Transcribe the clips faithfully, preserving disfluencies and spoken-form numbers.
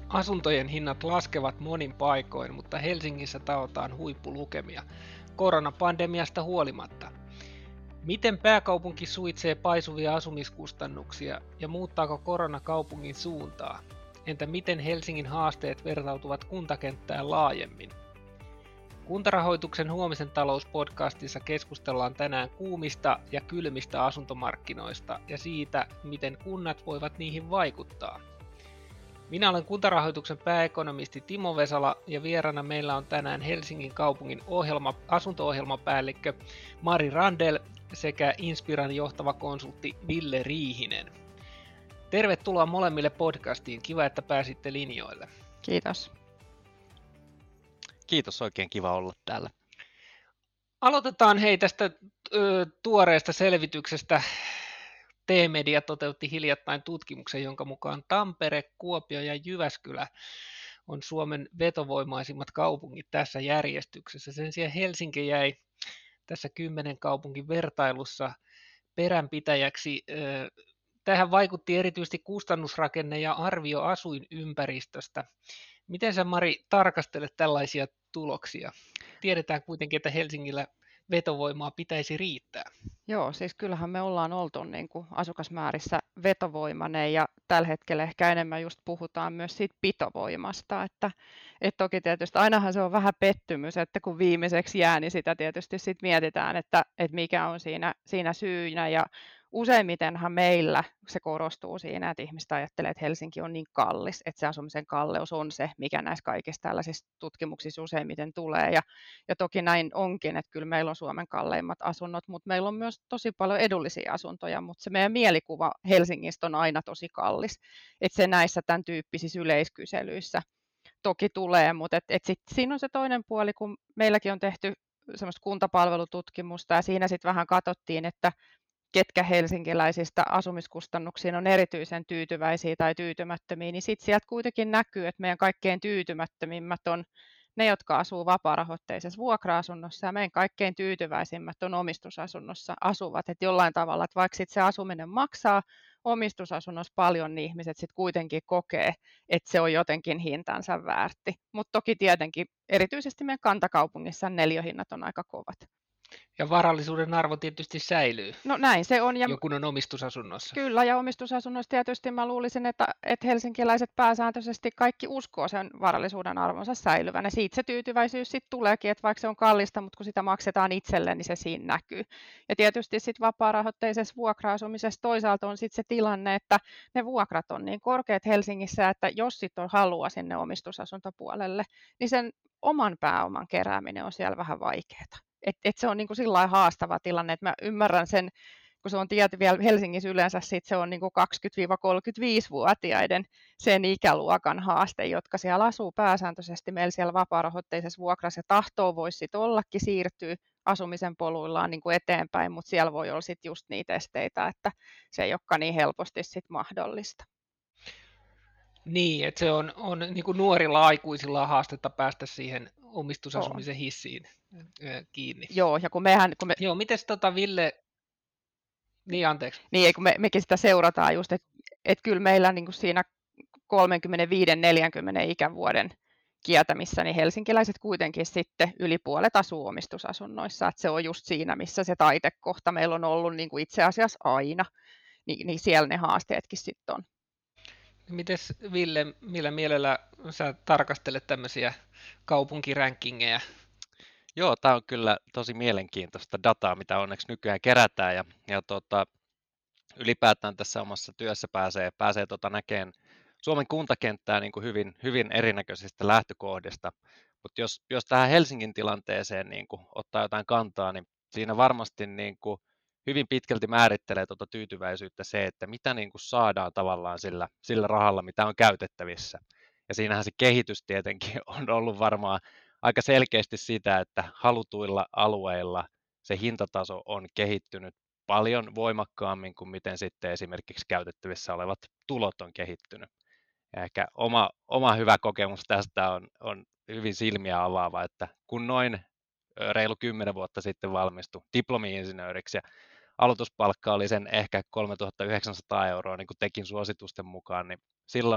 Asuntojen hinnat laskevat monin paikoin, mutta Helsingissä taotaan huippulukemia koronapandemiasta huolimatta. Miten pääkaupunki suitsee paisuvia asumiskustannuksia ja muuttaako korona kaupungin suuntaa? Entä miten Helsingin haasteet vertautuvat kuntakenttään laajemmin? Kuntarahoituksen Huomisen talouspodcastissa keskustellaan tänään kuumista ja kylmistä asuntomarkkinoista ja siitä, miten kunnat voivat niihin vaikuttaa. Minä olen Kuntarahoituksen pääekonomisti Timo Vesala ja vieraana meillä on tänään Helsingin kaupungin ohjelma, asunto-ohjelmapäällikkö Mari Randel sekä Inspiran johtava konsultti Ville Riihinen. Tervetuloa molemmille podcastiin, kiva että pääsitte linjoille. Kiitos. Kiitos, oikein kiva olla täällä. Aloitetaan hei tästä ö, tuoreesta selvityksestä. T-media toteutti hiljattain tutkimuksen, jonka mukaan Tampere, Kuopio ja Jyväskylä on Suomen vetovoimaisimmat kaupungit tässä järjestyksessä. Sen sijaan Helsinki jäi tässä kymmenen kaupungin vertailussa peränpitäjäksi. Tähän vaikutti erityisesti kustannusrakenne ja arvio asuinympäristöstä. Miten sä, Mari, tarkastelet tällaisia tuloksia? Tiedetään kuitenkin, että Helsingillä vetovoimaa pitäisi riittää. Joo, siis kyllähän me ollaan oltu niin kuin asukasmäärissä vetovoimainen ja tällä hetkellä ehkä enemmän just puhutaan myös siitä pitovoimasta, että, että toki tietysti ainahan se on vähän pettymys, että kun viimeiseksi jää, niin sitä tietysti sit mietitään, että, että mikä on siinä, siinä syynä ja useimmitenhan meillä se korostuu siinä, että ihmiset ajattelee, että Helsinki on niin kallis, että se asumisen kalleus on se, mikä näissä kaikissa tällaisissa tutkimuksissa useimmiten tulee. Ja, ja toki näin onkin, että kyllä meillä on Suomen kalleimmat asunnot, mutta meillä on myös tosi paljon edullisia asuntoja, mutta se meidän mielikuva Helsingistä on aina tosi kallis. Että se näissä tämän tyyppisissä yleiskyselyissä toki tulee, mutta et, et sit siinä on se toinen puoli, kun meilläkin on tehty semmoista kuntapalvelututkimusta ja siinä sitten vähän katsottiin, että ketkä helsinkiläisistä asumiskustannuksiin on erityisen tyytyväisiä tai tyytymättömiä, niin sitten sieltä kuitenkin näkyy, että meidän kaikkein tyytymättömimmät on ne, jotka asuu vapaarahoitteisessa vuokra-asunnossa ja meidän kaikkein tyytyväisimmät on omistusasunnossa asuvat. Että jollain tavalla, että vaikka sit se asuminen maksaa omistusasunnossa paljon, niin ihmiset sitten kuitenkin kokee, että se on jotenkin hintansa väärti. Mutta toki tietenkin erityisesti meidän kantakaupungissa neliöhinnat on aika kovat. Ja varallisuuden arvo tietysti säilyy, No näin se on. Ja joku on omistusasunnossa. Kyllä, ja omistusasunnoissa tietysti mä luulisin, että, että helsinkiläiset pääsääntöisesti kaikki uskoo sen varallisuuden arvonsa säilyvän. Ja siitä se tyytyväisyys sitten tuleekin, että vaikka se on kallista, mutta kun sitä maksetaan itselleen, niin se siinä näkyy. Ja tietysti sitten vapaarahoitteisessa vuokra-asumisessa toisaalta on sitten se tilanne, että ne vuokrat on niin korkeat Helsingissä, että jos sitten on halua sinne omistusasuntopuolelle, niin sen oman pääoman kerääminen on siellä vähän vaikeaa. Et, et se on niin kuin sillä lailla haastava tilanne, että mä ymmärrän sen, kun se on tietty vielä Helsingissä yleensä, sit se on niin kuin kaksikymmentä–kolmekymmentäviisivuotiaiden sen ikäluokan haaste, jotka siellä asuu pääsääntöisesti meillä siellä vapaarahoitteisessa vuokrassa ja tahtoo voisi sitten ollakin siirtyä asumisen poluillaan niin kuin eteenpäin, mutta siellä voi olla sitten just niitä esteitä, että se ei olekaan niin helposti sit mahdollista. Niin, että se on, on niin kuin nuorilla aikuisilla haastetta päästä siihen omistusasumisen hissiin ö, kiinni. Joo, ja kun mehän... Kun me... Joo, mites tota Ville... Niin, anteeksi. Niin, kun me, mekin sitä seurataan just, että et kyllä meillä niin kuin siinä kolmekymmentäviisi neljäkymmentä ikävuoden kieltämissä, niin helsinkiläiset kuitenkin sitten yli puolet asuu omistusasunnoissa, että se on just siinä, missä se taitekohta meillä on ollut niin kuin itse asiassa aina, niin, niin siellä ne haasteetkin sitten on. Mites Ville, millä mielellä sä tarkastelet tämmöisiä kaupunkiränkingeja? Joo, tämä on kyllä tosi mielenkiintoista dataa, mitä onneksi nykyään kerätään ja, ja tota, ylipäätään tässä omassa työssä pääsee, pääsee tota näkemään Suomen kuntakenttää niin kuin hyvin, hyvin erinäköisistä lähtökohdista, mutta jos, jos tähän Helsingin tilanteeseen niin kuin ottaa jotain kantaa, niin siinä varmasti niin kuin hyvin pitkälti määrittelee tuota tyytyväisyyttä se, että mitä niin kuin saadaan tavallaan sillä, sillä rahalla, mitä on käytettävissä. Ja siinähän se kehitys tietenkin on ollut varmaan aika selkeästi sitä, että halutuilla alueilla se hintataso on kehittynyt paljon voimakkaammin kuin miten sitten esimerkiksi käytettävissä olevat tulot on kehittynyt. Ja ehkä oma, oma hyvä kokemus tästä on, on hyvin silmiä avaava, että kun noin reilu kymmenen vuotta sitten valmistui diplomi-insinööriksi ja aloituspalkka oli sen ehkä kolmetuhattayhdeksänsataa euroa, niin kuin tekin suositusten mukaan, niin silloin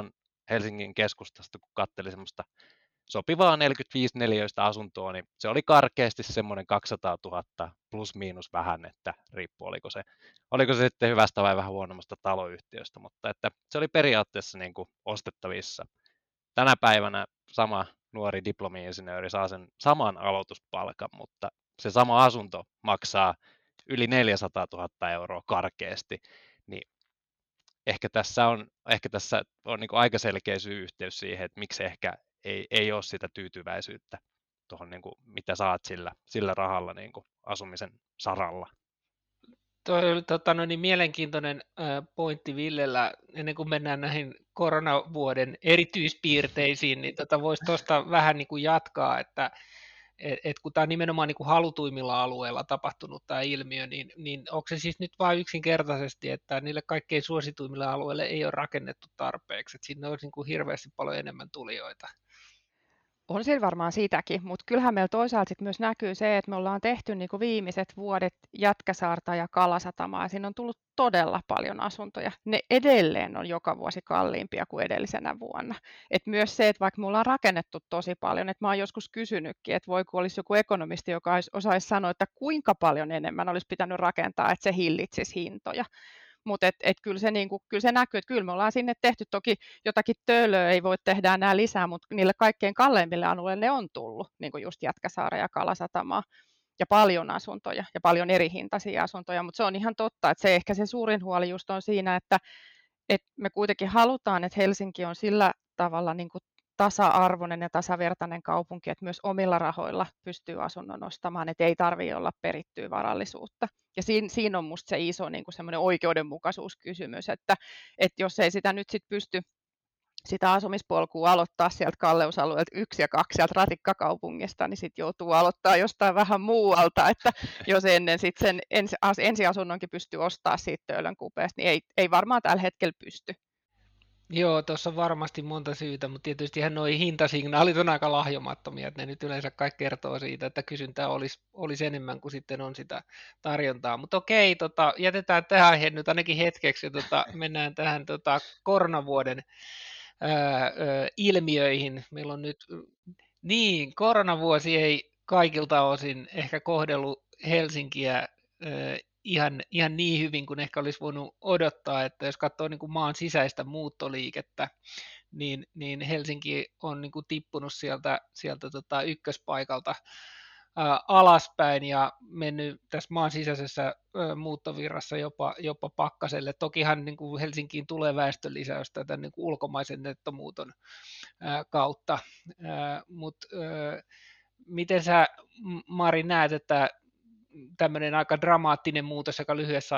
Helsingin keskustasta, kun katseli semmoista sopivaa neljäkymmentäviisi neliöistä asuntoa, niin se oli karkeasti semmoinen kaksisataatuhatta plus miinus vähän, että riippuu oliko se, oliko se sitten hyvästä vai vähän huonommasta taloyhtiöstä, mutta että se oli periaatteessa niin kuin ostettavissa. Tänä päivänä sama nuori diplomi-insinööri saa sen saman aloituspalkan, mutta se sama asunto maksaa yli neljäsataatuhatta euroa karkeasti, niin ehkä tässä on, ehkä tässä on niin kuin aika selkeä syy-yhteys siihen, että miksi ehkä ei, ei ole sitä tyytyväisyyttä tuohon, niin kuin, mitä saat sillä, sillä rahalla niin kuin asumisen saralla. Toi oli tota, no niin, mielenkiintoinen ää, pointti Villellä, ennen kuin mennään näihin koronavuoden erityispiirteisiin, niin tota voisi tuosta vähän niin kuin jatkaa, että et, et kun tämä on nimenomaan niin kuin halutuimmilla alueilla tapahtunut tämä ilmiö, niin, niin onko se siis nyt vain yksinkertaisesti, että niille kaikkein suosituimmille alueille ei ole rakennettu tarpeeksi, että sinne olisi niin kuin hirveästi paljon enemmän tulijoita? On siinä varmaan sitäkin, mutta kyllähän meillä toisaalta sit myös näkyy se, että me ollaan tehty niinku viimeiset vuodet Jätkäsaarta ja Kalasatamaa, ja siinä on tullut todella paljon asuntoja. Ne edelleen on joka vuosi kalliimpia kuin edellisenä vuonna. Et myös se, että vaikka me ollaan rakennettu tosi paljon, että mä oon joskus kysynytkin, että voi kun olisi joku ekonomisti, joka osaisi sanoa, että kuinka paljon enemmän olisi pitänyt rakentaa, että se hillitsisi hintoja. Mutta et, et kyllä, se niinku, kyllä se näkyy, että kyllä me ollaan sinne tehty toki jotakin töölöä, ei voi tehdä enää lisää, mutta niille kaikkein kalleimmille alueille ne on tullut, niin kuin just Jätkäsaara ja Kalasatamaa, ja paljon asuntoja ja paljon eri hintaisia asuntoja, mutta se on ihan totta, että se ehkä se suurin huoli just on siinä, että, että me kuitenkin halutaan, että Helsinki on sillä tavalla niin kuin tasa-arvoinen ja tasavertainen kaupunki, että myös omilla rahoilla pystyy asunnon ostamaan, että ei tarvitse olla perittyä varallisuutta. Ja siinä, siinä on minusta se iso niin kuin semmoinen oikeudenmukaisuuskysymys, että, että jos ei sitä nyt sit pysty sitä asumispolkua aloittaa sieltä kalleusalueelta yksi ja kaksi sieltä ratikkakaupungista, niin sitten joutuu aloittaa jostain vähän muualta, että jos ennen sit sen ensi, ensiasunnonkin pystyy ostamaan siitä Töölön kupeesta, niin ei, ei varmaan tällä hetkellä pysty. Joo, tuossa on varmasti monta syytä, mutta tietystihän nuo hintasignaalit on aika lahjomattomia, että ne nyt yleensä kaikki kertoo siitä, että kysyntää olisi, olisi enemmän kuin sitten on sitä tarjontaa. Mutta okei, tota, jätetään tähän aihe nyt ainakin hetkeksi ja tota, mennään tähän tota, koronavuoden ää, ää, ilmiöihin. Meillä on nyt, niin, koronavuosi ei kaikilta osin ehkä kohdellut Helsinkiä ää, ihan, ihan niin hyvin kuin ehkä olisi voinut odottaa, että jos katsoo niin kuin maan sisäistä muuttoliikettä, niin, niin Helsinki on niin kuin tippunut sieltä, sieltä tota ykköspaikalta ää, alaspäin ja mennyt tässä maan sisäisessä ää, muuttovirrassa jopa, jopa pakkaselle. Tokihan niin kuin Helsinkiin tulee väestönlisäystä tämän niin kuin ulkomaisen nettomuuton ää, kautta, mutta miten sä, Mari, näet, että tämmöinen aika dramaattinen muutos, joka lyhyessä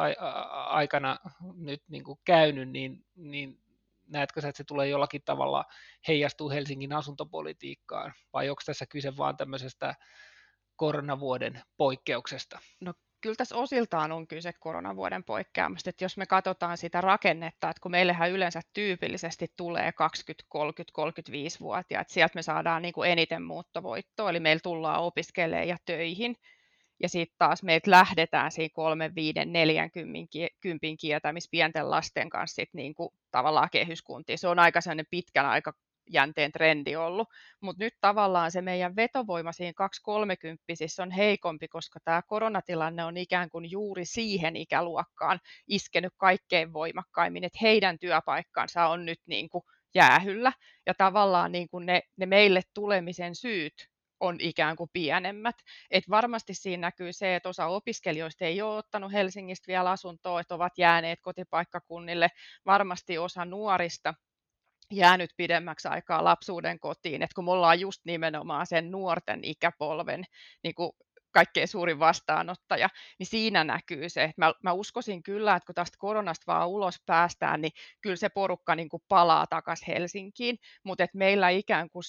aikana nyt niin kuin käynyt, niin, niin näetkö sä, että se tulee jollakin tavalla heijastuu Helsingin asuntopolitiikkaan, vai onko tässä kyse vaan tämmöisestä koronavuoden poikkeuksesta? No kyllä tässä osiltaan on kyse koronavuoden poikkeamasta, että jos me katsotaan sitä rakennetta, että kun meillähän yleensä tyypillisesti tulee kaksikymmentä, kolmekymmentä, kolmekymmentäviisi-vuotiaat, sieltä me saadaan niin kuin eniten muuttovoittoa, eli meillä tullaan opiskelemaan ja töihin, ja sitten taas meiltä lähdetään siinä kolme, viiden, neljänkympin kiertämis pienten lasten kanssa sit niin kuin tavallaan kehyskuntiin. Se on aika sellainen pitkän aikajänteen trendi ollut, mutta nyt tavallaan se meidän vetovoima siinä kaksi kolmekymppisissä on heikompi, koska tämä koronatilanne on ikään kuin juuri siihen ikäluokkaan iskenyt kaikkein voimakkaimmin, että heidän työpaikkansa on nyt niin kuin jäähyllä, ja tavallaan niin kuin ne, ne meille tulemisen syyt on ikään kuin pienemmät. Et varmasti siinä näkyy se, että osa opiskelijoista ei ole ottanut Helsingistä vielä asuntoa, että ovat jääneet kotipaikkakunnille. Varmasti osa nuorista jäänyt pidemmäksi aikaa lapsuuden kotiin, että kun me ollaan just nimenomaan sen nuorten ikäpolven niin kuin kaikkein suurin vastaanottaja, niin siinä näkyy se, että mä, mä uskoisin kyllä, että kun tästä koronasta vaan ulos päästään, niin kyllä se porukka niin kuin palaa takaisin Helsinkiin, mutta että meillä ikään kuin se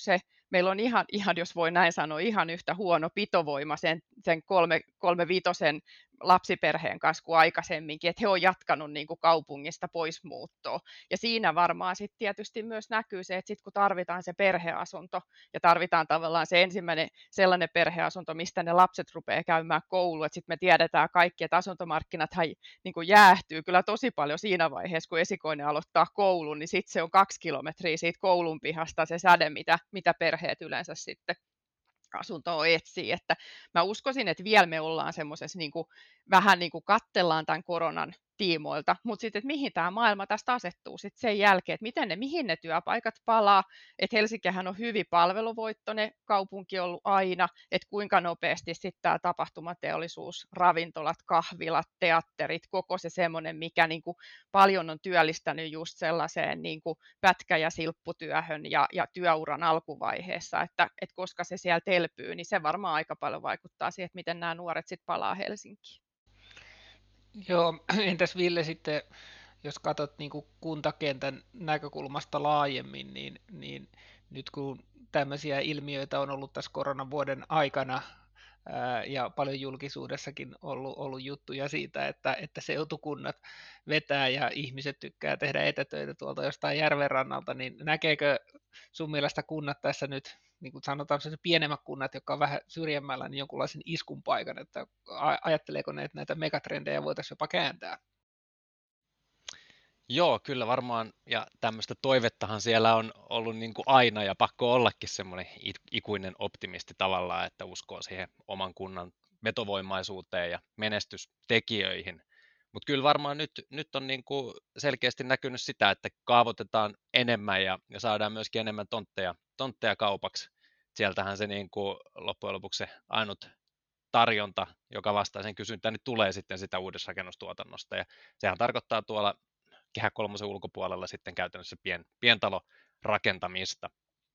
meillä on ihan, ihan, jos voi näin sanoa, ihan yhtä huono pitovoima sen, sen kolme, kolme viitosen lapsiperheen kanssa kuin aikaisemminkin, että he on jatkanut niin kuin kaupungista pois muuttoa. Ja siinä varmaan sitten tietysti myös näkyy se, että sitten kun tarvitaan se perheasunto ja tarvitaan tavallaan se ensimmäinen sellainen perheasunto, mistä ne lapset rupeaa käymään kouluun, että sitten me tiedetään kaikki, että asuntomarkkinathan niin kuin jäähtyy kyllä tosi paljon siinä vaiheessa, kun esikoinen aloittaa koulun, niin sitten se on kaksi kilometriä siitä koulun pihasta se säde, mitä, mitä perheet yleensä sitten asuntoa etsii, että mä uskoisin, että vielä me ollaan semmoisessa niin kuin, vähän niin kuin kattellaan tämän koronan tiimoilta, mutta sitten, että mihin tämä maailma tästä asettuu sitten sen jälkeen, että miten ne, mihin ne työpaikat palaa, että Helsinkihän on hyvin palveluvoittoinen kaupunki ollut aina, että kuinka nopeasti sitten tämä tapahtumateollisuus, ravintolat, kahvilat, teatterit, koko se semmoinen, mikä niin kuin paljon on työllistänyt just sellaiseen niin kuin pätkä- ja silpputyöhön ja, ja työuran alkuvaiheessa, että, että koska se sieltä elpyy, niin se varmaan aika paljon vaikuttaa siihen, että miten nämä nuoret sitten palaa Helsinkiin. Joo, entäs Ville sitten, jos katsot niin kuin kuntakentän näkökulmasta laajemmin, niin, niin nyt kun tämmöisiä ilmiöitä on ollut tässä koronavuoden aikana ää, ja paljon julkisuudessakin ollut, ollut juttuja siitä, että, että seutukunnat vetää ja ihmiset tykkää tehdä etätöitä tuolta jostain järvenrannalta, niin näkeekö sun mielestä kunnat tässä nyt, niin kuin sanotaan se pienemmät kunnat, jotka on vähän syrjemmällä, niin jonkunlaisen iskun paikan, että ajatteleeko ne, että näitä megatrendejä voitaisiin jopa kääntää? Joo, kyllä varmaan, ja tämmöistä toivettahan siellä on ollut niin kuin aina, ja pakko ollakin semmoinen ikuinen optimisti tavallaan, että uskoo siihen oman kunnan vetovoimaisuuteen ja menestystekijöihin. Mutta kyllä varmaan nyt, nyt on niin kuin selkeästi näkynyt sitä, että kaavoitetaan enemmän ja, ja saadaan myöskin enemmän tontteja, tontteja kaupaksi. Sieltähän se niin kuin loppujen lopuksi se ainut tarjonta, joka vastaa sen kysyntään, niin tulee sitten sitä uudisrakennustuotannosta. Ja sehän tarkoittaa tuolla Kehä kolmosen ulkopuolella sitten käytännössä pien, pientalorakentamista.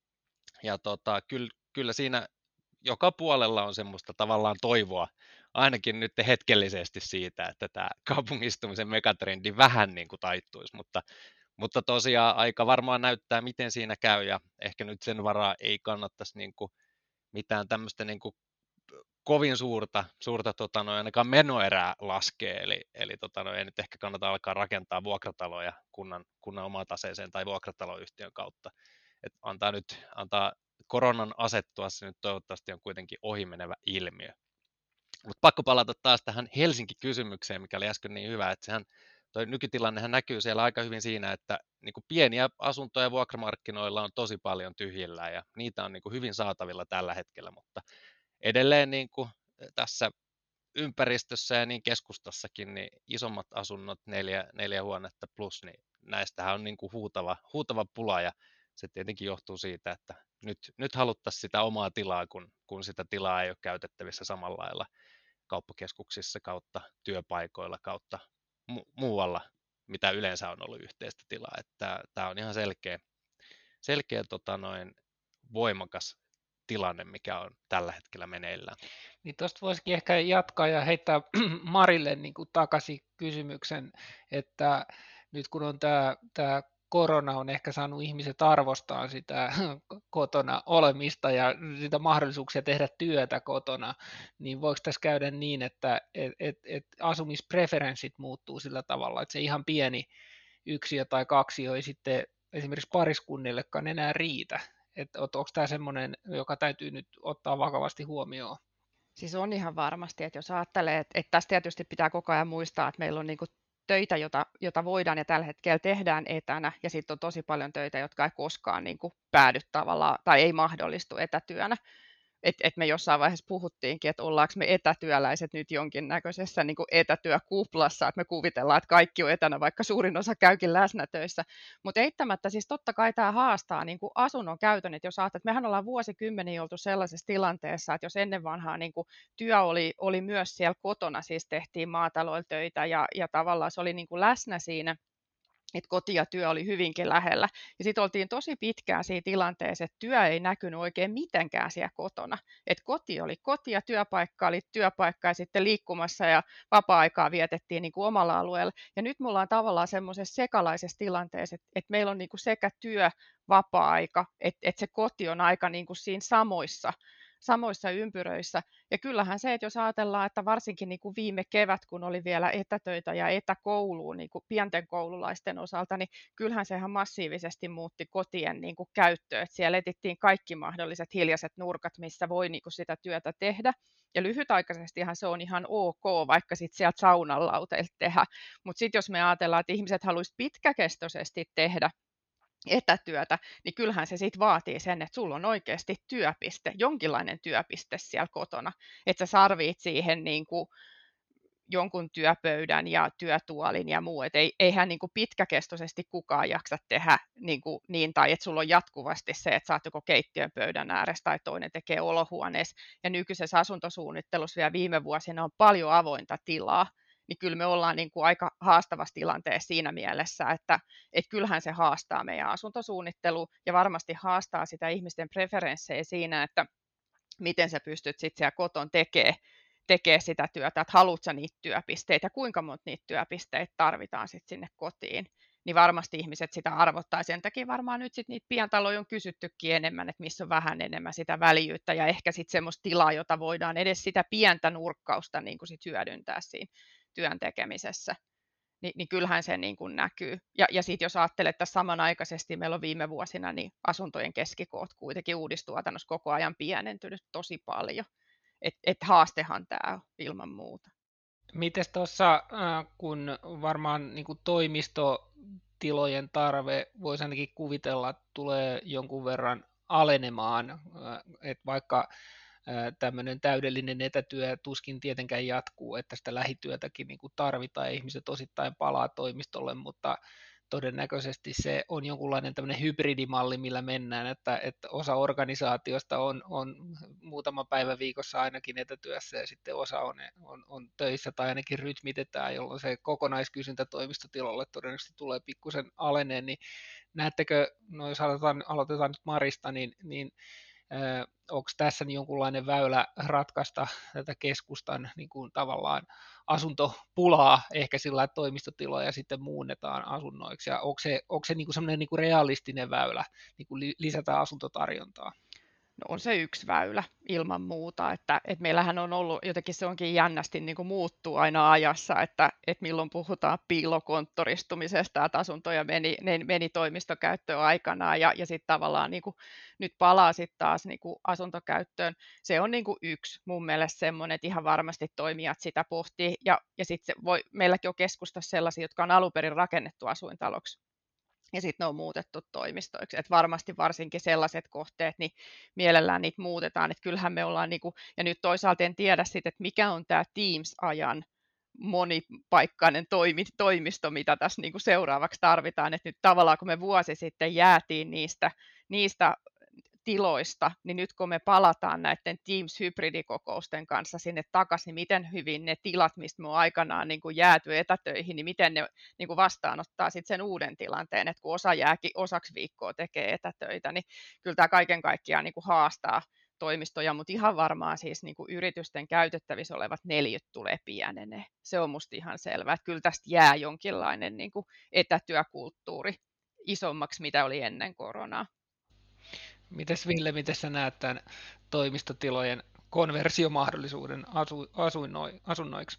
Ja tota, kyllä, kyllä siinä joka puolella on semmoista tavallaan toivoa, ainakin nyt hetkellisesti siitä, että tämä kaupungistumisen megatrendi vähän niin kuin taittuisi, mutta, mutta tosiaan aika varmaan näyttää, miten siinä käy, ja ehkä nyt sen varaa ei kannattaisi niin kuin mitään tämmöistä niin kuin kovin suurta, suurta tota, no, ainakaan menoerää laskee, eli, eli tota, no, ei nyt ehkä kannata alkaa rakentaa vuokrataloja kunnan, kunnan omaan taseeseen tai vuokrataloyhtiön kautta. Et antaa nyt antaa koronan asettua, se nyt toivottavasti on kuitenkin ohimenevä ilmiö. Mutta pakko palata taas tähän Helsinki-kysymykseen, mikä oli äsken niin hyvä, että sehän toi nykytilannehan näkyy siellä aika hyvin siinä, että niin kuin pieniä asuntoja vuokramarkkinoilla on tosi paljon tyhjillään, ja niitä on niin kuin hyvin saatavilla tällä hetkellä, mutta edelleen niin kuin tässä ympäristössä ja niin keskustassakin, niin isommat asunnot, neljä, neljä huonetta plus, niin näistähän on niin kuin huutava, huutava pula, ja se tietenkin johtuu siitä, että nyt, nyt haluttaisiin sitä omaa tilaa, kun, kun sitä tilaa ei ole käytettävissä samalla lailla kauppakeskuksissa kautta työpaikoilla kautta mu- muualla, mitä yleensä on ollut yhteistä tilaa. Että tämä on ihan selkeä, selkeä tota noin, voimakas tilanne, mikä on tällä hetkellä meneillään. Niin tuosta voisikin ehkä jatkaa ja heittää Marille niin kuin takaisin kysymyksen, että nyt kun on tämä, tämä korona on ehkä saanut ihmiset arvostaa sitä kotona olemista ja sitä mahdollisuuksia tehdä työtä kotona, niin voiko tässä käydä niin, että et, et, et asumispreferenssit muuttuu sillä tavalla, että se ihan pieni yksiö tai kaksi ei sitten esimerkiksi pariskunnillekaan enää riitä, että onko tämä semmoinen, joka täytyy nyt ottaa vakavasti huomioon? Siis on ihan varmasti, että jos ajattelee, että, että tässä tietysti pitää koko ajan muistaa, että meillä on niin kuin töitä, jota, jota voidaan ja tällä hetkellä tehdään etänä, ja sitten on tosi paljon töitä, jotka ei koskaan niin kuin päädy tavallaan, tai ei mahdollistu etätyönä. Että et me jossain vaiheessa puhuttiinkin, että ollaanko me etätyöläiset nyt jonkinnäköisessä niin kuin etätyökuplassa, että me kuvitellaan, että kaikki on etänä, vaikka suurin osa käykin läsnä töissä. Mutta eittämättä siis totta kai tämä haastaa niin kuin asunnon käytön, että jos ajattelet, että mehän ollaan vuosikymmeniä oltu sellaisessa tilanteessa, että jos ennen vanhaa niin kuin työ oli, oli myös siellä kotona, siis tehtiin maataloilla töitä ja, ja tavallaan se oli niin kuin läsnä siinä, että koti ja työ oli hyvinkin lähellä. Ja sitten oltiin tosi pitkään siinä tilanteessa, että työ ei näkynyt oikein mitenkään siellä kotona. Että koti oli koti ja työpaikka oli työpaikka ja sitten liikkumassa ja vapaa-aikaa vietettiin niin kuin omalla alueella. Ja nyt me ollaan tavallaan semmoisessa sekalaisessa tilanteessa, että, että meillä on niin kuin sekä työ, vapaa-aika, että, että se koti on aika niin kuin siinä samoissa, samoissa ympyröissä. Ja kyllähän se, että jos ajatellaan, että varsinkin niin kuin viime kevät, kun oli vielä etätöitä ja etäkouluun niin kuin pienten koululaisten osalta, niin kyllähän se ihan massiivisesti muutti kotien niin kuin käyttöä. Että siellä etittiin kaikki mahdolliset hiljaiset nurkat, missä voi niin kuin sitä työtä tehdä. Ja lyhytaikaisestihan se on ihan ok, vaikka sitten sieltä saunan lauteilta tehdä. Mutta sitten jos me ajatellaan, että ihmiset haluaisivat pitkäkestoisesti tehdä etätyötä, niin kyllähän se sitten vaatii sen, että sulla on oikeasti työpiste, jonkinlainen työpiste siellä kotona, että sä sarvit siihen niin kuin jonkun työpöydän ja työtuolin ja muu, että ei, eihän niin kuin pitkäkestoisesti kukaan jaksa tehdä niin, kuin niin, tai että sulla on jatkuvasti se, että sä oot joko keittiön pöydän ääressä tai toinen tekee olohuoneessa, ja nykyisessä asuntosuunnittelussa vielä viime vuosina on paljon avointa tilaa, niin kyllä me ollaan niin kuin aika haastavassa tilanteessa siinä mielessä, että, että kyllähän se haastaa meidän asuntosuunnittelu ja varmasti haastaa sitä ihmisten preferenssejä siinä, että miten sä pystyt sitten siellä koton tekemään tekee sitä työtä, että haluat sä niitä työpisteitä ja kuinka monta niitä työpisteitä tarvitaan sitten sinne kotiin, niin varmasti ihmiset sitä arvottaa. Sen takia varmaan nyt sitten niitä pientaloja on kysyttykin enemmän, että missä on vähän enemmän sitä väljyyttä ja ehkä sitten semmoista tilaa, jota voidaan edes sitä pientä nurkkausta niin kuin sit hyödyntää siinä työn tekemisessä. Ni, niin kyllähän se niin kuin näkyy. Ja, ja sitten jos ajattelee, että samanaikaisesti meillä on viime vuosina niin asuntojen keskikoot kuitenkin uudistuotannossa koko ajan pienentynyt tosi paljon. Että et haastehan tämä on ilman muuta. Mites tuossa, kun varmaan niin kuin toimistotilojen tarve, voisi ainakin kuvitella, että tulee jonkun verran alenemaan, että vaikka tämmöinen täydellinen etätyö tuskin tietenkään jatkuu, että sitä lähityötäkin niin kuin tarvitaan ja ihmiset osittain palaa toimistolle, mutta todennäköisesti se on jonkunlainen tämmöinen hybridimalli, millä mennään, että, että osa organisaatiosta on, on muutama päivä viikossa ainakin etätyössä ja sitten osa on, on, on töissä tai ainakin rytmitetään, jolloin se kokonaiskysyntä toimistotilalle todennäköisesti tulee pikkusen aleneen, niin näettekö, no jos aloitetaan, aloitetaan nyt Marista, niin, niin onko tässä niin jonkunlainen väylä ratkaista tätä keskustan niin kuin tavallaan asuntopulaa, ehkä sillä että toimistotiloja sitten muunnetaan asunnoiksi, ja onko se, onko se niin kuin semmoinen niin kuin realistinen väylä niin kuin lisätä asuntotarjontaa? No on se yksi väylä ilman muuta, että, että meillähän on ollut, jotenkin se onkin jännästi niin kuin muuttuu aina ajassa, että, että milloin puhutaan piilokonttoristumisesta, että asuntoja meni, ne meni toimistokäyttöön aikanaan ja, ja sitten tavallaan niin kuin, nyt palaa sitten taas niin kuin asuntokäyttöön. Se on niin kuin yksi mun mielestä semmoinen, että ihan varmasti toimijat sitä pohtii ja, ja sitten voi, meilläkin on keskustassa sellaisia, jotka on alun perin rakennettu asuintaloksi. Ja sitten ne on muutettu toimistoiksi. Et varmasti varsinkin sellaiset kohteet, niin mielellään niitä muutetaan. Et kyllähän me ollaan, niinku, ja nyt toisaalta en tiedä sitten, että mikä on tämä Teams-ajan monipaikkainen toimi, toimisto, mitä tässä niinku seuraavaksi tarvitaan. Et nyt tavallaan kun me vuosi sitten jäätiin niistä, niistä tiloista, niin nyt kun me palataan näiden Teams-hybridikokousten kanssa sinne takaisin, niin miten hyvin ne tilat, mistä me on aikanaan niin kuin jääty etätöihin, niin miten ne niin kuin vastaanottaa sitten sen uuden tilanteen, että kun osa jääkin osaksi viikkoa tekee etätöitä, niin kyllä tämä kaiken kaikkiaan niin kuin haastaa toimistoja, mutta ihan varmaan siis niin kuin yritysten käytettävissä olevat neliöt tulee pienenee. Se on musta ihan selvää, että kyllä tästä jää jonkinlainen niin kuin etätyökulttuuri isommaksi, mitä oli ennen koronaa. Mites Ville, miten sä näet tämän toimistotilojen konversiomahdollisuuden asu, asuinnoi, asunnoiksi?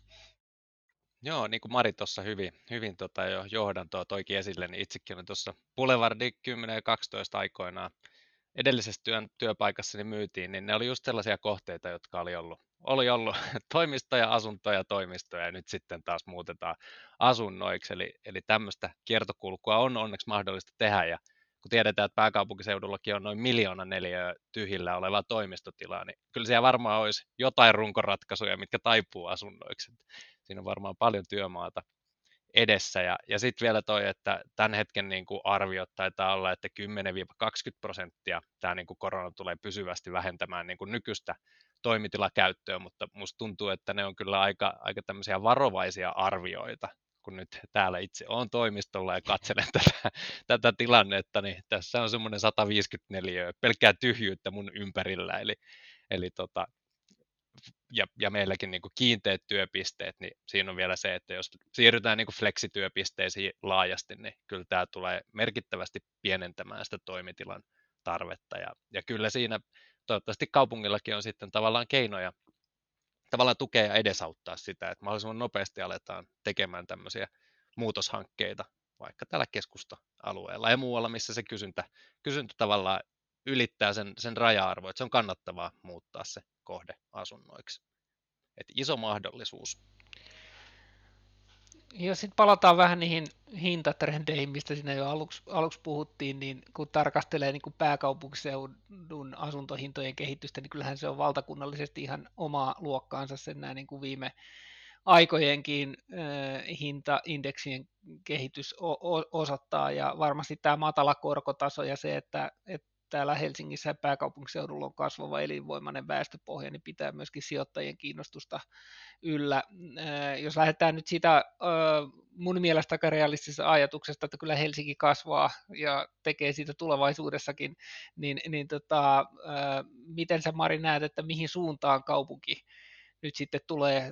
Joo, niin kuin Mari tuossa hyvin, hyvin tota jo johdantoa toikin esille, niin itsekin olin tuossa Boulevardi kymmenen ja kaksitoista aikoinaan edellisessä työn, työpaikassa niin myytiin, niin ne oli just sellaisia kohteita, jotka oli ollut, oli ollut toimistoja, asuntoja, toimistoja ja nyt sitten taas muutetaan asunnoiksi, eli, eli tämmöistä kiertokulkua on onneksi mahdollista tehdä ja kun tiedetään, että pääkaupunkiseudullakin on noin miljoona neliöä tyhjillä olevaa toimistotilaa, niin kyllä siellä varmaan olisi jotain runkoratkaisuja, mitkä taipuu asunnoiksi. Siinä on varmaan paljon työmaata edessä. Ja, ja sitten vielä toi, että tämän hetken niin kuin arviot taitaa olla, että kymmenen kaksikymmentä prosenttia tämä niin kuin korona tulee pysyvästi vähentämään niin kuin nykyistä toimitilakäyttöä, mutta musta tuntuu, että ne on kyllä aika, aika tämmöisiä varovaisia arvioita, kun nyt täällä itse olen toimistolla ja katselen tätä, tätä tilannetta, niin tässä on semmoinen sata viisikymmentäneljä pelkkää tyhjyyttä mun ympärillä, eli, eli tota, ja, ja meilläkin niin kuin kiinteät työpisteet, niin siinä on vielä se, että jos siirrytään niin kuin fleksityöpisteisiin laajasti, niin kyllä tämä tulee merkittävästi pienentämään sitä toimitilan tarvetta, ja, ja kyllä siinä toivottavasti kaupungillakin on sitten tavallaan keinoja tavallaan tukea ja edesauttaa sitä, että mahdollisimman nopeasti aletaan tekemään tämmöisiä muutoshankkeita, vaikka täällä keskusta-alueella ja muualla, missä se kysyntä, kysyntä tavallaan ylittää sen, sen raja-arvo, että se on kannattavaa muuttaa se kohde asunnoiksi. Et iso mahdollisuus. Jos sitten palataan vähän niihin hintatrendeihin, mistä siinä jo aluksi, aluksi puhuttiin, niin kun tarkastelee niin kun pääkaupunkiseudun asuntohintojen kehitystä, niin kyllähän se on valtakunnallisesti ihan omaa luokkaansa sen näin niin kuin viime aikojenkin äh, hintaindeksien kehitys o- o- osoittaa, ja varmasti tämä matala korkotaso ja se, että, että täällä Helsingissä ja pääkaupunkiseudulla on kasvava elinvoimainen väestöpohja, niin pitää myöskin sijoittajien kiinnostusta yllä. Jos lähdetään nyt sitä mun mielestä aika realistisesta ajatuksesta, että kyllä Helsinki kasvaa ja tekee siitä tulevaisuudessakin, niin, niin tota, miten sä Mari näet, että mihin suuntaan kaupunki nyt sitten tulee,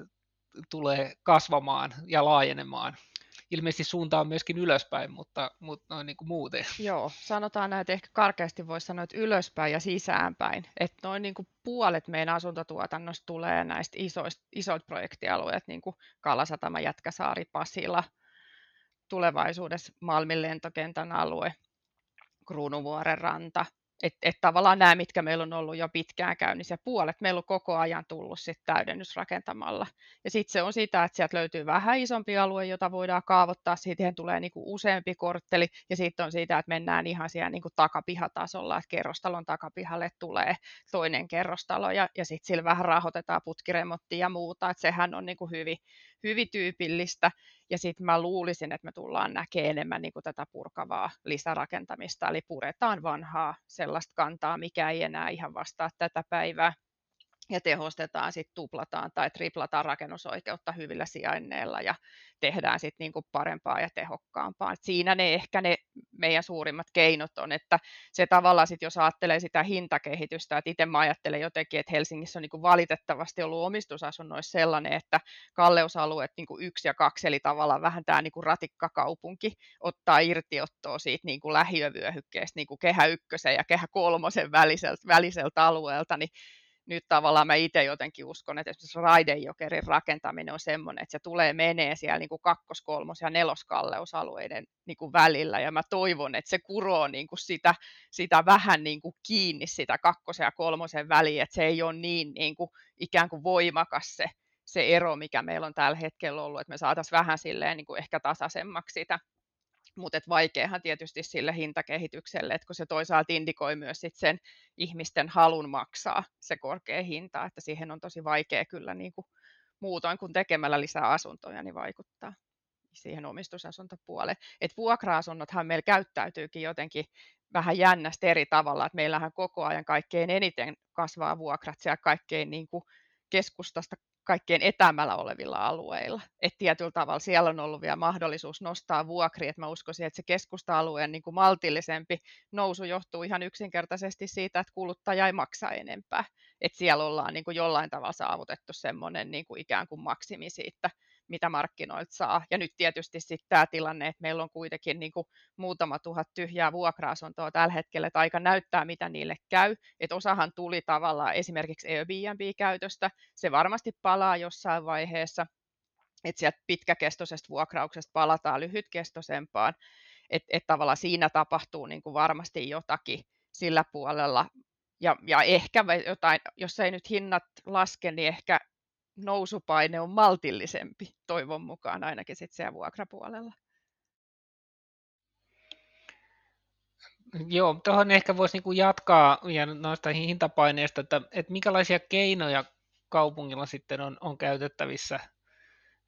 tulee kasvamaan ja laajenemaan? Ilmeisesti suunta on myöskin ylöspäin, mutta, mutta noin niin kuin muuten. Joo, sanotaan näin, että ehkä karkeasti voisi sanoa, että ylöspäin ja sisäänpäin. Että noin niin kuin puolet meidän asuntotuotannosta tulee näistä isoista, isoista projektialueista, niin kuin Kalasatama, Jätkäsaari, Pasila, tulevaisuudessa Malmin lentokentän alue, Kruunuvuoren ranta. Että et tavallaan nämä, mitkä meillä on ollut jo pitkään käynnissä, ja puolet meillä on koko ajan tullut sit täydennysrakentamalla. Ja sitten se on sitä, että sieltä löytyy vähän isompi alue, jota voidaan kaavoittaa, siihen tulee niinku useampi kortteli, ja sitten on sitä, että mennään ihan siellä niinku takapihatasolla, että kerrostalon takapihalle tulee toinen kerrostalo, ja, ja sitten sillä vähän rahoitetaan putkiremonttia ja muuta, että sehän on niinku hyvin, hyvin tyypillistä. Ja sitten mä luulisin, että me tullaan näkemään enemmän niin kuin tätä purkavaa lisärakentamista, eli puretaan vanhaa sellaista kantaa, mikä ei enää ihan vastaa tätä päivää, ja tehostetaan, sitten tuplataan tai triplataan rakennusoikeutta hyvillä sijainneilla ja tehdään sitten niinku parempaa ja tehokkaampaa. Et siinä ne ehkä ne meidän suurimmat keinot on, että se tavallaan sit, jos ajattelee sitä hintakehitystä, että itse mä ajattelen jotenkin, että Helsingissä on niinku valitettavasti ollut omistusasunnoissa sellainen, että kalleusalueet niinku yksi ja kaksi, eli tavallaan vähän tämä niinku ratikkakaupunki ottaa irtiottoa siitä niinku lähiövyöhykkeestä niinku kehä ykkösen ja kehä kolmosen väliseltä, väliseltä alueelta, niin nyt tavallaan mä itse jotenkin uskon, että esimerkiksi Raidejokerin rakentaminen on semmoinen, että se tulee menee siellä niin kuin kakkos-, kolmos- ja neloskalleusalueiden niin kuin välillä, ja mä toivon, että se kuroo niin kuin sitä, sitä vähän niin kuin kiinni sitä kakkosen ja kolmosen väliin, että se ei ole niin, niin kuin ikään kuin voimakas se, se ero, mikä meillä on tällä hetkellä ollut, että me saataisiin vähän silleen niin kuin ehkä tasaisemmaksi sitä. Mutta vaikeahan tietysti sille hintakehitykselle, että kun se toisaalta indikoi myös sit sen ihmisten halun maksaa se korkea hinta, että siihen on tosi vaikea kyllä niin kuin muutoin kuin tekemällä lisää asuntoja niin vaikuttaa siihen omistusasuntopuoleen. Et vuokra-asunnothan meillä käyttäytyykin jotenkin vähän jännästi eri tavalla, että meillähän koko ajan kaikkein eniten kasvaa vuokrat siellä kaikkein niin kuin keskustasta kaikkein etämällä olevilla alueilla. Et tietyllä tavalla siellä on ollut vielä mahdollisuus nostaa vuokria, että mä uskoisin, että se keskusta-alueen niin kuin maltillisempi nousu johtuu ihan yksinkertaisesti siitä, että kuluttaja ei maksa enempää. Et siellä ollaan niin kuin jollain tavalla saavutettu semmoinen niin kuin ikään kuin maksimi siitä, mitä markkinoilta saa. Ja nyt tietysti sitten tämä tilanne, että meillä on kuitenkin niin kuin muutama tuhat tyhjää vuokra-asuntoa tällä hetkellä, että aika näyttää, mitä niille käy. Että osahan tuli tavallaan esimerkiksi Airbnb-käytöstä, se varmasti palaa jossain vaiheessa, että sieltä pitkäkestoisesta vuokrauksesta palataan lyhytkestoisempaan, että et tavallaan siinä tapahtuu niin kuin varmasti jotakin sillä puolella. Ja, ja ehkä jotain, jos ei nyt hinnat laske, niin ehkä nousupaine on maltillisempi, toivon mukaan ainakin sitten siellä vuokrapuolella. Joo, tuohon ehkä voisi niinku jatkaa ja noista hintapaineista, että, että minkälaisia keinoja kaupungilla sitten on, on käytettävissä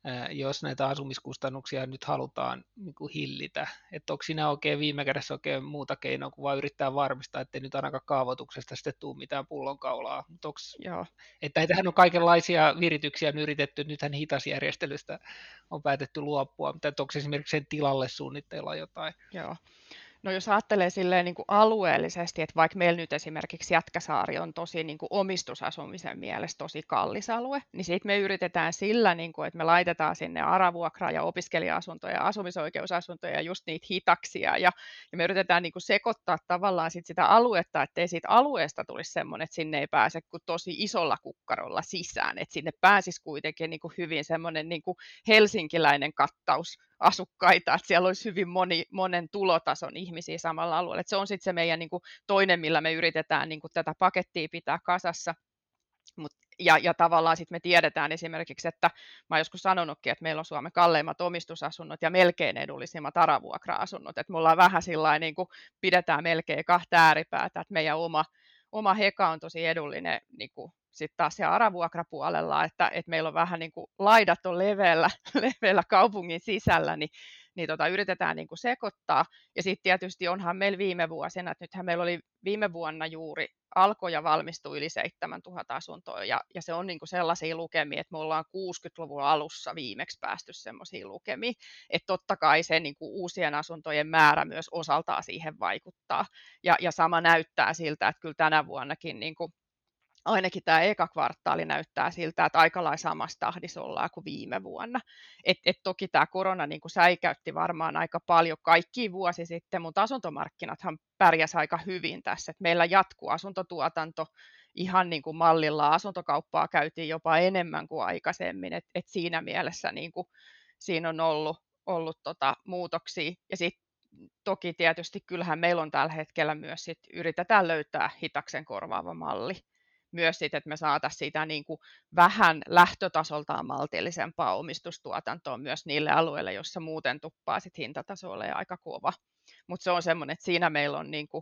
jos näitä asumiskustannuksia nyt halutaan niin kuin hillitä. Että onko siinä oikein viime kädessä oikein muuta keinoa kuin vaan yrittää varmistaa, ettei nyt ainakaan kaavoituksesta sitten tule mitään pullonkaulaa. Joo. Että tähän on kaikenlaisia virityksiä on yritetty, nythän hitasjärjestelystä on päätetty luopua, mutta onko esimerkiksi sen tilalle suunnitteilla jotain? Joo. No jos ajattelee silleen niin kuin alueellisesti, että vaikka meillä nyt esimerkiksi Jätkäsaari on tosi niin kuin omistusasumisen mielestä tosi kallis alue, niin sitten me yritetään sillä, niin kuin, että me laitetaan sinne ARA-vuokraa ja opiskelija-asuntoja ja asumisoikeusasuntoja ja just niitä hitaksia ja, ja me yritetään niin kuin sekoittaa tavallaan sit sitä aluetta, ettei siitä alueesta tulisi semmoinen, että sinne ei pääse kuin tosi isolla kukkarolla sisään, että sinne pääsisi kuitenkin niin kuin hyvin semmoinen niin kuin helsinkiläinen kattaus asukkaita, että siellä olisi hyvin moni, monen tulotason ihmisiä samalla alueella. Että se on sitten se meidän niin kuin, toinen, millä me yritetään niin kuin, tätä pakettia pitää kasassa. Mut, ja, ja tavallaan sitten me tiedetään esimerkiksi, että mä oon joskus sanonutkin, että meillä on Suomen kalleimmat omistusasunnot ja melkein edullisimmat ARA-vuokra-asunnot. Että me ollaan vähän sillain, niin kuin, pidetään melkein kahta ääripäätä, että meidän oma, oma heka on tosi edullinen niin kuin, sitten taas siellä ARA-vuokrapuolella, että, että meillä on vähän niin kuin laidat on leveällä, leveällä kaupungin sisällä, niin, niin tota, yritetään niin kuin sekoittaa. Ja sitten tietysti onhan meillä viime vuosina, että nythän meillä oli viime vuonna juuri alkoi ja valmistui yli seitsemäntuhatta asuntoa, ja, ja se on niin kuin sellaisia lukemia, että me ollaan kuusikymmentäluvun alussa viimeksi päästy semmoisiin lukemiin, että totta kai se niin kuin uusien asuntojen määrä myös osaltaan siihen vaikuttaa, ja, ja sama näyttää siltä, että kyllä tänä vuonnakin niin kuin ainakin tämä eka kvartaali näyttää siltä, että aika lailla samassa tahdissa ollaan kuin viime vuonna. Et, et toki tämä korona niin kuin säikäytti varmaan aika paljon kaikki vuosi sitten, mutta asuntomarkkinathan pärjäsi aika hyvin tässä. Et meillä jatkuu asuntotuotanto ihan niin kuin mallilla, asuntokauppaa käytiin jopa enemmän kuin aikaisemmin, et, et siinä mielessä niin kuin, siinä on ollut, ollut tota, muutoksia. Ja sitten toki tietysti kyllähän meillä on tällä hetkellä myös sit, yritetään löytää hitaksen korvaava malli. Myös siitä, että me saataisiin sitä niin kuin vähän lähtötasoltaan maltillisempaa omistustuotantoa myös niille alueille, joissa muuten tuppaa sit hintataso ole aika kova. Mutta se on semmoinen, että siinä meillä on niin kuin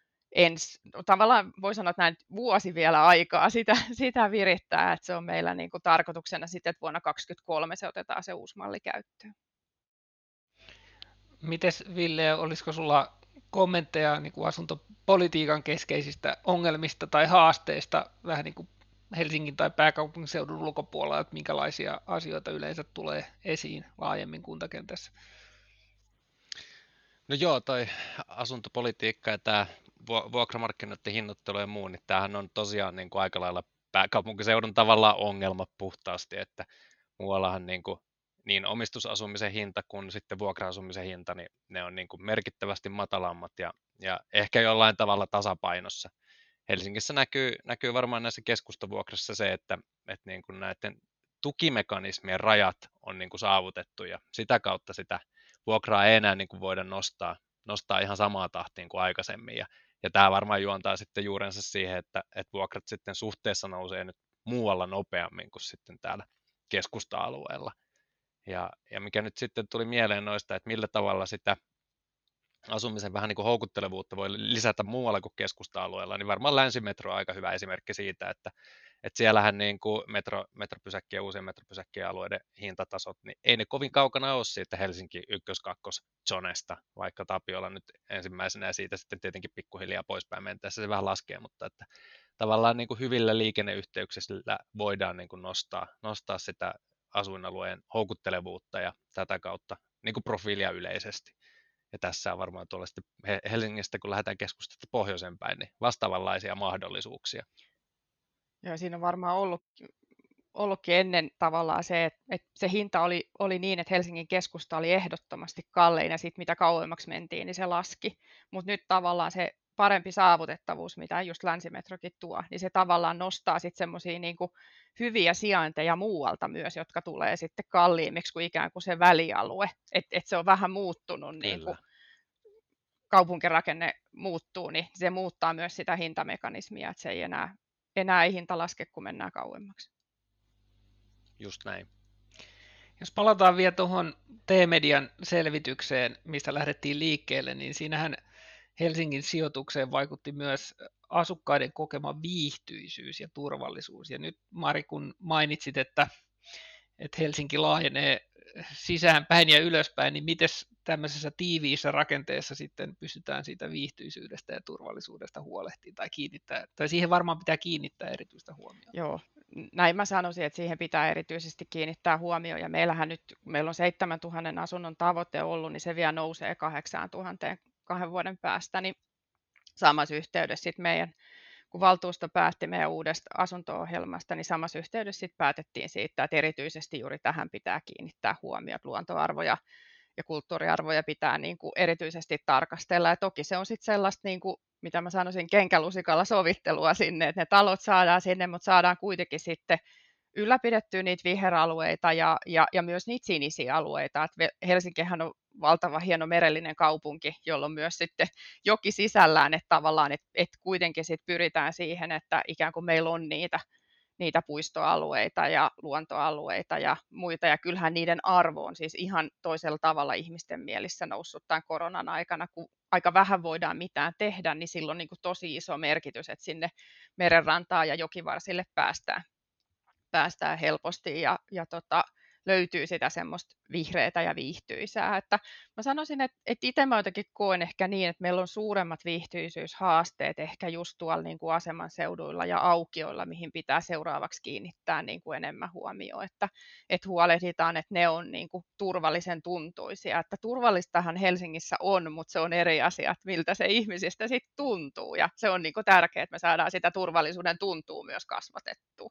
ens, tavallaan voi sanoa, että näin vuosi vielä aikaa sitä, sitä virittää, että se on meillä niin kuin tarkoituksena sitten, että vuonna kaksituhattakaksikymmentäkolme se otetaan se uusi malli käyttöön. Mites Ville, olisiko sulla kommentteja niin kuin asuntopolitiikan keskeisistä ongelmista tai haasteista vähän niin kuin Helsingin tai pääkaupunkiseudun ulkopuolella, että minkälaisia asioita yleensä tulee esiin laajemmin kuntakentässä? No joo, toi asuntopolitiikka ja tämä vuokramarkkinoiden hinnoittelu ja muu, niin tämähän on tosiaan niin kuin aika lailla pääkaupunkiseudun tavallaan ongelma puhtaasti, että muuallahan niin kuin niin omistusasumisen hinta kuin sitten vuokra-asumisen hinta, niin ne on niin kuin merkittävästi matalammat ja, ja ehkä jollain tavalla tasapainossa. Helsingissä näkyy, näkyy varmaan näissä keskustavuokrassa se, että, että niin kuin näiden tukimekanismien rajat on niin kuin saavutettu ja sitä kautta sitä vuokraa ei enää niin kuin voida nostaa, nostaa ihan samaa tahtiin kuin aikaisemmin. Ja, ja tämä varmaan juontaa sitten juurensa siihen, että, että vuokrat sitten suhteessa nousee nyt muualla nopeammin kuin sitten täällä keskusta-alueella. Ja, ja mikä nyt sitten tuli mieleen noista, että millä tavalla sitä asumisen vähän niin kuin houkuttelevuutta voi lisätä muualla kuin keskusta-alueella, niin varmaan Länsimetro on aika hyvä esimerkki siitä, että, että siellähän niin kuin metro, metropysäkkien ja uusien metropysäkkien alueiden hintatasot, niin ei ne kovin kaukana ole siitä Helsinki ykkös-kakkos-zonesta, vaikka Tapiola nyt ensimmäisenä ja siitä sitten tietenkin pikkuhiljaa poispäin mentäessä se vähän laskee, mutta että tavallaan niin kuin hyvillä liikenneyhteyksillä voidaan niin kuin nostaa, nostaa sitä asuinalueen houkuttelevuutta ja tätä kautta niin kuin profiilia yleisesti. Ja tässä on varmaan tuolla sitten Helsingistä, kun lähdetään keskustasta pohjoisen päin, niin vastaavanlaisia mahdollisuuksia. Ja siinä on varmaan ollut, ollutkin ennen tavallaan se, että, että se hinta oli, oli niin, että Helsingin keskusta oli ehdottomasti kallein ja sitten mitä kauemmaksi mentiin, niin se laski. Mutta nyt tavallaan se parempi saavutettavuus, mitä just Länsimetrokin tuo, niin se tavallaan nostaa sitten semmoisia niin kuin hyviä sijainteja muualta myös, jotka tulee sitten kalliimmiksi kuin ikään kuin se välialue. Että et se on vähän muuttunut, niin kuin kaupunkirakenne muuttuu, niin se muuttaa myös sitä hintamekanismia, että se ei enää, enää ei hinta laske, kun mennään kauemmaksi. Just näin. Jos palataan vielä tuohon T-median selvitykseen, mistä lähdettiin liikkeelle, niin siinähän Helsingin sijoitukseen vaikutti myös asukkaiden kokema viihtyisyys ja turvallisuus. Ja nyt Mari, kun mainitsit, että, että Helsinki laajenee sisäänpäin ja ylöspäin, niin miten tämmöisessä tiiviissä rakenteessa sitten pystytään siitä viihtyisyydestä ja turvallisuudesta huolehtimaan tai kiinnittää, tai siihen varmaan pitää kiinnittää erityistä huomiota. Joo, näin mä sanoisin, että siihen pitää erityisesti kiinnittää huomioon, ja meillähän nyt, meillä on seitsemäntuhannen asunnon tavoite ollut, niin se vielä nousee kahdeksantuhatta kahden vuoden päästä, niin samassa yhteydessä sitten meidän, kun valtuusto päätti meidän uudesta asunto-ohjelmasta, niin samassa yhteydessä sitten päätettiin siitä, että erityisesti juuri tähän pitää kiinnittää huomiota, luontoarvoja ja kulttuuriarvoja pitää niin kuin erityisesti tarkastella, ja toki se on sitten sellaista, niin kuin, mitä mä sanoisin, kenkälusikalla sovittelua sinne, että ne talot saadaan sinne, mutta saadaan kuitenkin sitten ylläpidettyä niitä viheralueita ja, ja, ja myös niitä sinisiä alueita. Et Helsinkihän on valtava hieno merellinen kaupunki, jolla on myös sitten joki sisällään, että tavallaan et, et kuitenkin sit pyritään siihen, että ikään kuin meillä on niitä, niitä puistoalueita ja luontoalueita ja muita, ja kyllähän niiden arvo on siis ihan toisella tavalla ihmisten mielissä noussut tämän koronan aikana, kun aika vähän voidaan mitään tehdä, niin silloin on niin kuin tosi iso merkitys, että sinne merenrantaan ja jokivarsille päästään. päästään helposti ja, ja tota, löytyy sitä semmoista vihreätä ja viihtyisää. Että mä sanoisin, että, että itse mä jotenkin koen ehkä niin, että meillä on suuremmat viihtyisyys-haasteet ehkä just tuolla niin kuin aseman seuduilla ja aukioilla, mihin pitää seuraavaksi kiinnittää niin kuin enemmän huomioon, että, että huolehditaan, että ne on niin kuin turvallisen tuntuisia. Että turvallistahan Helsingissä on, mutta se on eri asia, että miltä se ihmisistä sitten tuntuu, ja se on niin kuin tärkeää, että me saadaan sitä turvallisuuden tuntua myös kasvatettua.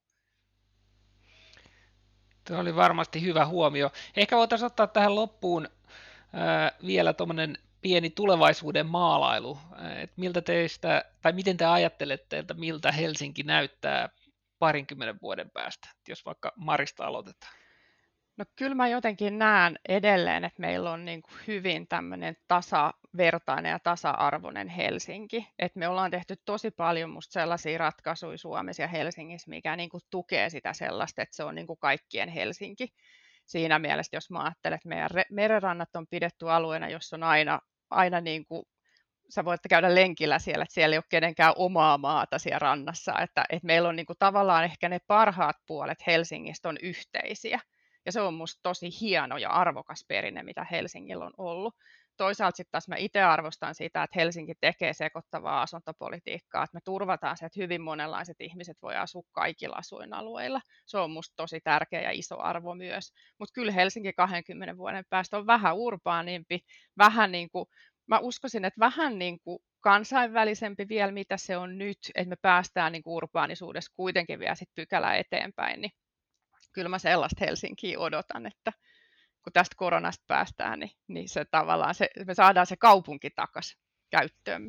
Tuo oli varmasti hyvä huomio. Ehkä voitaisiin ottaa tähän loppuun ää, vielä tuommoinen pieni tulevaisuuden maalailu. Et miltä teistä, tai miten te ajattelette, että miltä Helsinki näyttää parinkymmenen vuoden päästä, jos vaikka Marista aloitetaan? No kyllä mä jotenkin näen edelleen, että meillä on niin kuin hyvin tämmöinen tasavertainen ja tasa-arvoinen Helsinki. Et me ollaan tehty tosi paljon musta sellaisia ratkaisuja Suomessa ja Helsingissä, mikä niin kuin tukee sitä sellaista, että se on niin kuin kaikkien Helsinki. Siinä mielessä, jos mä ajattelen, että meidän merenrannat on pidetty alueena, jossa on aina, aina niin kuin, sä voit käydä lenkillä siellä, että siellä ei ole kenenkään omaa maata siellä rannassa. Että, että meillä on niin kuin tavallaan ehkä ne parhaat puolet Helsingistä on yhteisiä. Ja se on musta tosi hieno ja arvokas perinne, mitä Helsingillä on ollut. Toisaalta sitten taas mä itse arvostan sitä, että Helsinki tekee sekoittavaa asuntopolitiikkaa, että me turvataan se, että hyvin monenlaiset ihmiset voi asua kaikilla asuinalueilla. Se on musta tosi tärkeä ja iso arvo myös. Mutta kyllä Helsinki kahdenkymmenen vuoden päästä on vähän urbaanimpi, vähän niin kuin, mä uskoisin, että vähän niin kuin kansainvälisempi vielä, mitä se on nyt, että me päästään niin kuin urbaanisuudessa kuitenkin vielä sit pykälä eteenpäin, niin kyllä mä sellaista Helsinkiä odotan, että kun tästä koronasta päästään, niin, niin se tavallaan se, me saadaan se kaupunki takaisin käyttöömme.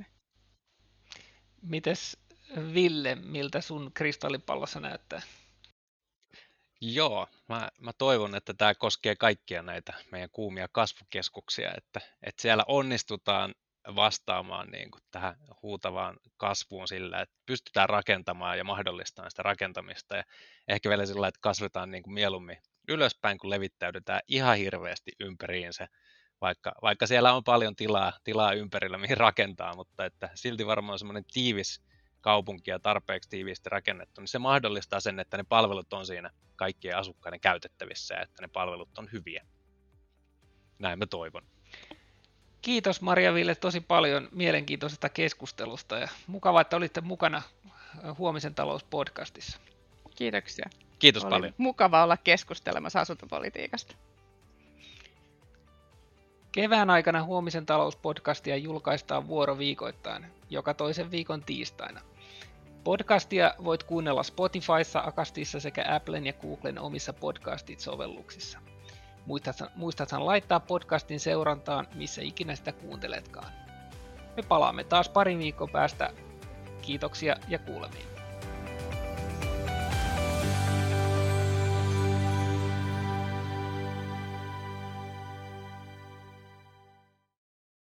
Mites Ville, miltä sun kristallipallossa näyttää? Joo, mä, mä toivon, että tämä koskee kaikkia näitä meidän kuumia kasvukeskuksia, että, että siellä onnistutaan vastaamaan niin kuin tähän huutavaan kasvuun sillä, että pystytään rakentamaan ja mahdollistamaan sitä rakentamista, ja ehkä vielä sillä, että kasvetaan niin kuin mieluummin ylöspäin, kun levittäydytään ihan hirveästi ympäriinsä, vaikka, vaikka siellä on paljon tilaa, tilaa ympärillä, mihin rakentaa, mutta että silti varmaan semmoinen tiivis kaupunki ja tarpeeksi tiiviisti rakennettu, niin se mahdollistaa sen, että ne palvelut on siinä kaikkien asukkaiden käytettävissä ja että ne palvelut on hyviä. Näin mä toivon. Kiitos Maria-Ville tosi paljon mielenkiintoisesta keskustelusta ja mukavaa, että olitte mukana Huomisen talous-podcastissa. Kiitoksia. Kiitos Oli paljon. mukava olla keskustelemassa asuntopolitiikasta. Kevään aikana Huomisen talouspodcastia julkaistaan vuoroviikoittain, joka toisen viikon tiistaina. Podcastia voit kuunnella Spotifyssa, Acastissa sekä Applen ja Googlen omissa podcastit-sovelluksissa. Muistathan, muistathan laittaa podcastin seurantaan, missä ikinä sitä kuunteletkaan. Me palaamme taas parin viikon päästä. Kiitoksia ja kuulemiin.